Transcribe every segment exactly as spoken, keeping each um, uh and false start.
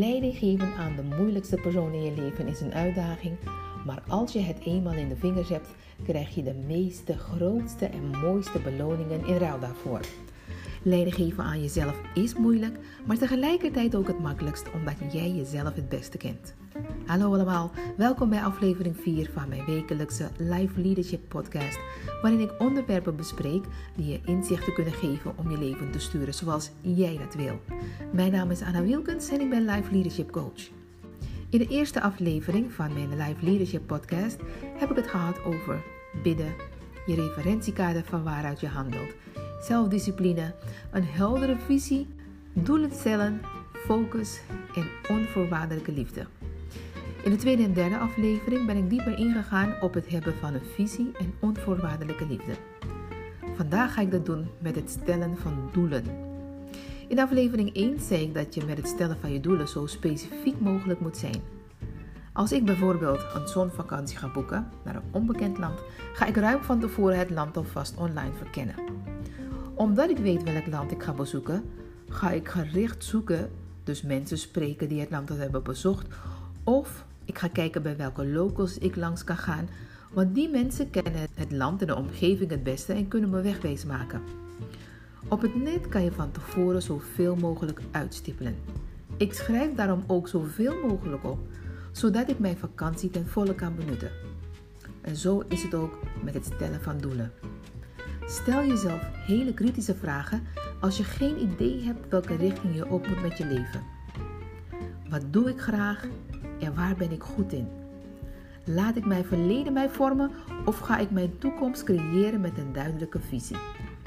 Leiding geven aan de moeilijkste persoon in je leven is een uitdaging, maar als je het eenmaal in de vingers hebt, krijg je de meeste, grootste en mooiste beloningen in ruil daarvoor. Leiding geven aan jezelf is moeilijk, maar tegelijkertijd ook het makkelijkst omdat jij jezelf het beste kent. Hallo allemaal, welkom bij aflevering vier van mijn wekelijkse Life Leadership podcast, waarin ik onderwerpen bespreek die je inzichten kunnen geven om je leven te sturen zoals jij dat wil. Mijn naam is Anna Wilkens en ik ben Life Leadership Coach. In de eerste aflevering van mijn Life Leadership podcast heb ik het gehad over bidden, je referentiekader van waaruit je handelt, zelfdiscipline, een heldere visie, doelen stellen, focus en onvoorwaardelijke liefde. In de tweede en derde aflevering ben ik dieper ingegaan op het hebben van een visie en onvoorwaardelijke liefde. Vandaag ga ik dat doen met het stellen van doelen. In aflevering één zei ik dat je met het stellen van je doelen zo specifiek mogelijk moet zijn. Als ik bijvoorbeeld een zonvakantie ga boeken naar een onbekend land, ga ik ruim van tevoren het land alvast online verkennen. Omdat ik weet welk land ik ga bezoeken, ga ik gericht zoeken, dus mensen spreken die het land al hebben bezocht, of ik ga kijken bij welke locals ik langs kan gaan, want die mensen kennen het land en de omgeving het beste en kunnen me wegwijs maken. Op het net kan je van tevoren zoveel mogelijk uitstippelen. Ik schrijf daarom ook zoveel mogelijk op, zodat ik mijn vakantie ten volle kan benutten. En zo is het ook met het stellen van doelen. Stel jezelf hele kritische vragen als je geen idee hebt welke richting je op moet met je leven. Wat doe ik graag en waar ben ik goed in? Laat ik mijn verleden mij vormen of ga ik mijn toekomst creëren met een duidelijke visie?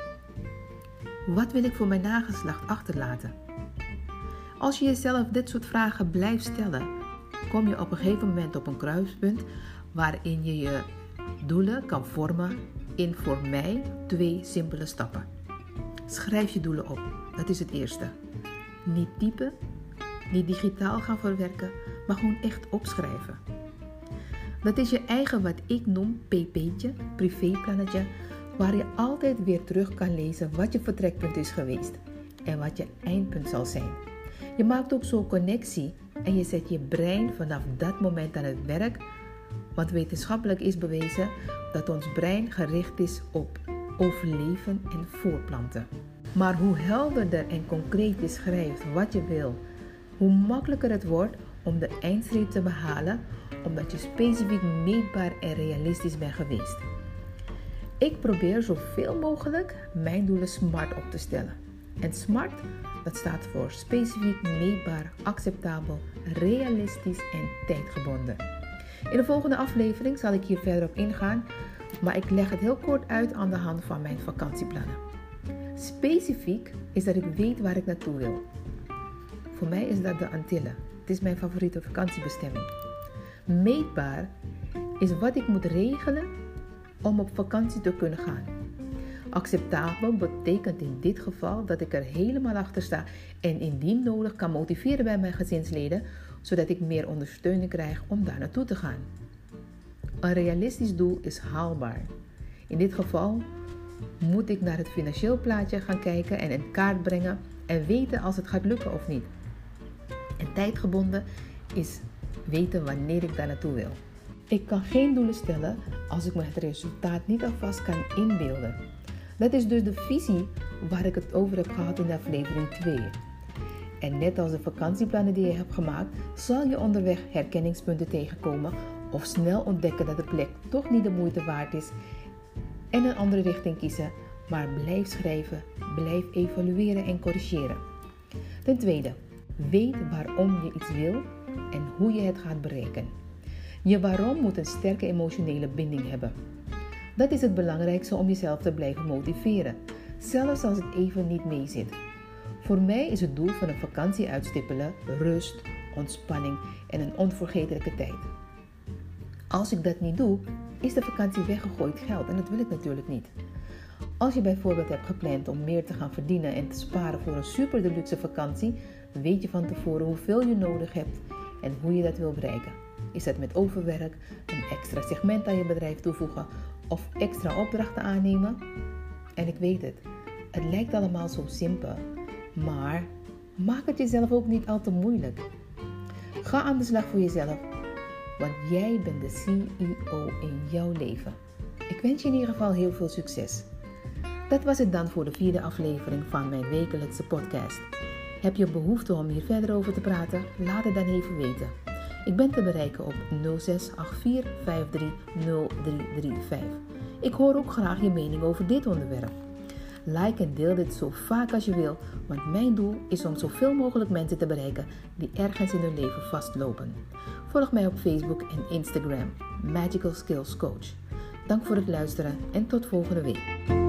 Wat wil ik voor mijn nageslacht achterlaten? Als je jezelf dit soort vragen blijft stellen, kom je op een gegeven moment op een kruispunt waarin je je doelen kan vormen in voor mij twee simpele stappen. Schrijf je doelen op, dat is het eerste. Niet typen, niet digitaal gaan verwerken, maar gewoon echt opschrijven. Dat is je eigen wat ik noem P P'tje, privéplannetje, waar je altijd weer terug kan lezen wat je vertrekpunt is geweest en wat je eindpunt zal zijn. Je maakt ook zo'n connectie en je zet je brein vanaf dat moment aan het werk, want wetenschappelijk is bewezen dat ons brein gericht is op overleven en voortplanten. Maar hoe helderder en concreet je schrijft wat je wil, hoe makkelijker het wordt om de eindstreep te behalen, omdat je specifiek meetbaar en realistisch bent geweest. Ik probeer zoveel mogelijk mijn doelen SMART op te stellen. En SMART, dat staat voor specifiek, meetbaar, acceptabel, realistisch en tijdgebonden. In de volgende aflevering zal ik hier verder op ingaan, maar ik leg het heel kort uit aan de hand van mijn vakantieplannen. Specifiek is dat ik weet waar ik naartoe wil. Voor mij is dat de Antillen. Het is mijn favoriete vakantiebestemming. Meetbaar is wat ik moet regelen om op vakantie te kunnen gaan. Acceptabel betekent in dit geval dat ik er helemaal achter sta en indien nodig kan motiveren bij mijn gezinsleden, zodat ik meer ondersteuning krijg om daar naartoe te gaan. Een realistisch doel is haalbaar. In dit geval moet ik naar het financieel plaatje gaan kijken en in kaart brengen en weten als het gaat lukken of niet. En tijdgebonden is weten wanneer ik daar naartoe wil. Ik kan geen doelen stellen als ik me het resultaat niet alvast kan inbeelden. Dat is dus de visie waar ik het over heb gehad in aflevering twee. En net als de vakantieplannen die je hebt gemaakt, zal je onderweg herkenningspunten tegenkomen of snel ontdekken dat de plek toch niet de moeite waard is en een andere richting kiezen, maar blijf schrijven, blijf evalueren en corrigeren. Ten tweede, weet waarom je iets wil en hoe je het gaat bereiken. Je waarom moet een sterke emotionele binding hebben. Dat is het belangrijkste om jezelf te blijven motiveren, zelfs als het even niet meezit. Voor mij is het doel van een vakantie uitstippelen rust, ontspanning en een onvergetelijke tijd. Als ik dat niet doe, is de vakantie weggegooid geld en dat wil ik natuurlijk niet. Als je bijvoorbeeld hebt gepland om meer te gaan verdienen en te sparen voor een super deluxe vakantie, weet je van tevoren hoeveel je nodig hebt en hoe je dat wil bereiken. Is dat met overwerk, een extra segment aan je bedrijf toevoegen of extra opdrachten aannemen? En ik weet het, het lijkt allemaal zo simpel, maar maak het jezelf ook niet al te moeilijk. Ga aan de slag voor jezelf, want jij bent de C E O in jouw leven. Ik wens je in ieder geval heel veel succes. Dat was het dan voor de vierde aflevering van mijn wekelijkse podcast. Heb je behoefte om hier verder over te praten? Laat het dan even weten. Ik ben te bereiken op nul zes acht vier vijf drie nul drie drie vijf. Ik hoor ook graag je mening over dit onderwerp. Like en deel dit zo vaak als je wil, want mijn doel is om zoveel mogelijk mensen te bereiken die ergens in hun leven vastlopen. Volg mij op Facebook en Instagram, Magical Skills Coach. Dank voor het luisteren en tot volgende week.